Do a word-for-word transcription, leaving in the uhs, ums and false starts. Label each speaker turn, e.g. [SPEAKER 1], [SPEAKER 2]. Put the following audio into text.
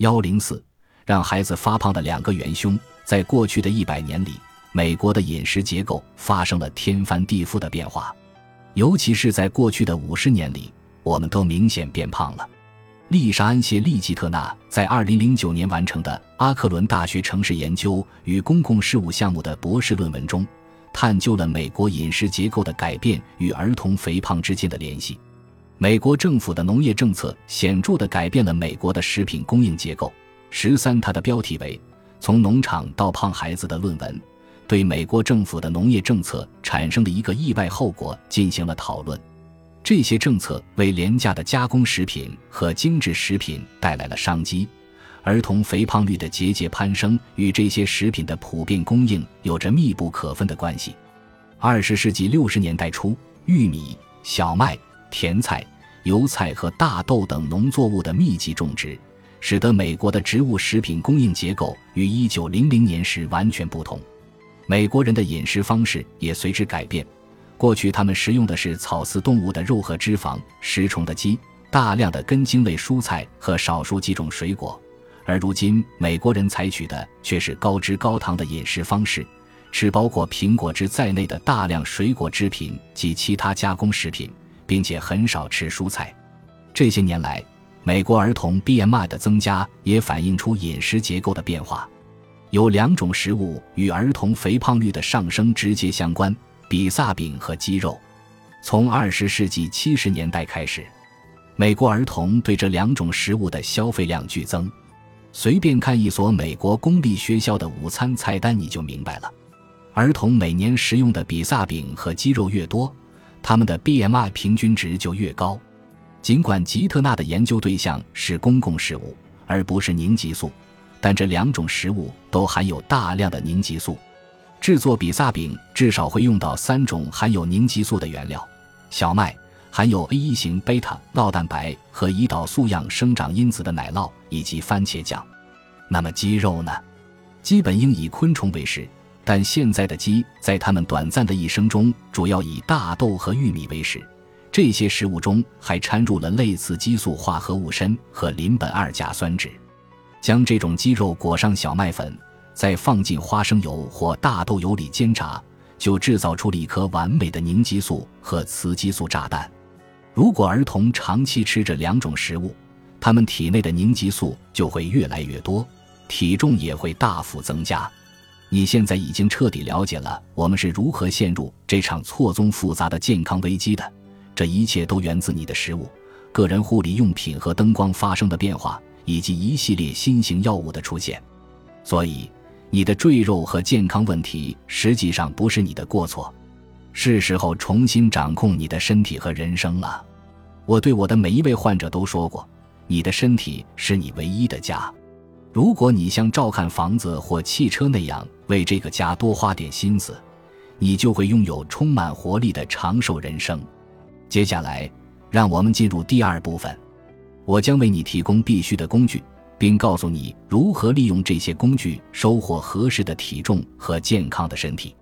[SPEAKER 1] 一零四让孩子发胖的两个元凶。在过去的一百年里，美国的饮食结构发生了天翻地覆的变化，尤其是在过去的五十年里，我们都明显变胖了。丽莎安谢利基特纳在二零零九年完成的阿克伦大学城市研究与公共事务项目的博士论文中，探究了美国饮食结构的改变与儿童肥胖之间的联系。美国政府的农业政策显著地改变了美国的食品供应结构。十三它的标题为从农场到胖孩子的论文，对美国政府的农业政策产生的一个意外后果进行了讨论。这些政策为廉价的加工食品和精致食品带来了商机，儿童肥胖率的节节攀升与这些食品的普遍供应有着密不可分的关系。二十世纪六十年代初，玉米、小麦、甜菜、油菜和大豆等农作物的密集种植，使得美国的植物食品供应结构与一九零零年时完全不同。美国人的饮食方式也随之改变，过去他们食用的是草饲动物的肉和脂肪、食虫的鸡、大量的根茎类蔬菜和少数几种水果，而如今美国人采取的却是高脂高糖的饮食方式，吃包括苹果汁在内的大量水果制品及其他加工食品，并且很少吃蔬菜。这些年来，美国儿童 B M I 的增加也反映出饮食结构的变化。有两种食物与儿童肥胖率的上升直接相关，比萨饼和鸡肉。从二十世纪七十年代开始，美国儿童对这两种食物的消费量剧增。随便看一所美国公立学校的午餐菜单你就明白了。儿童每年食用的比萨饼和鸡肉越多，他们的 B M I 平均值就越高。尽管吉特纳的研究对象是公共事务，而不是凝集素，但这两种食物都含有大量的凝集素。制作比萨饼至少会用到三种含有凝集素的原料：小麦含有 A 一 型贝塔酪蛋白和胰岛素样生长因子的奶酪，以及番茄酱。那么鸡肉呢？基本应以昆虫为食，但现在的鸡在它们短暂的一生中主要以大豆和玉米为食。这些食物中还掺入了类似激素化合物砷和邻苯二甲酸酯。将这种鸡肉裹上小麦粉，再放进花生油或大豆油里煎炸，就制造出了一颗完美的凝集素和雌激素炸弹。如果儿童长期吃这两种食物，他们体内的凝集素就会越来越多，体重也会大幅增加。你现在已经彻底了解了我们是如何陷入这场错综复杂的健康危机的，这一切都源自你的食物、个人护理用品和灯光发生的变化，以及一系列新型药物的出现。所以你的赘肉和健康问题实际上不是你的过错，是时候重新掌控你的身体和人生了。我对我的每一位患者都说过，你的身体是你唯一的家。如果你像照看房子或汽车那样为这个家多花点心思，你就会拥有充满活力的长寿人生。接下来让我们进入第二部分，我将为你提供必须的工具，并告诉你如何利用这些工具收获合适的体重和健康的身体。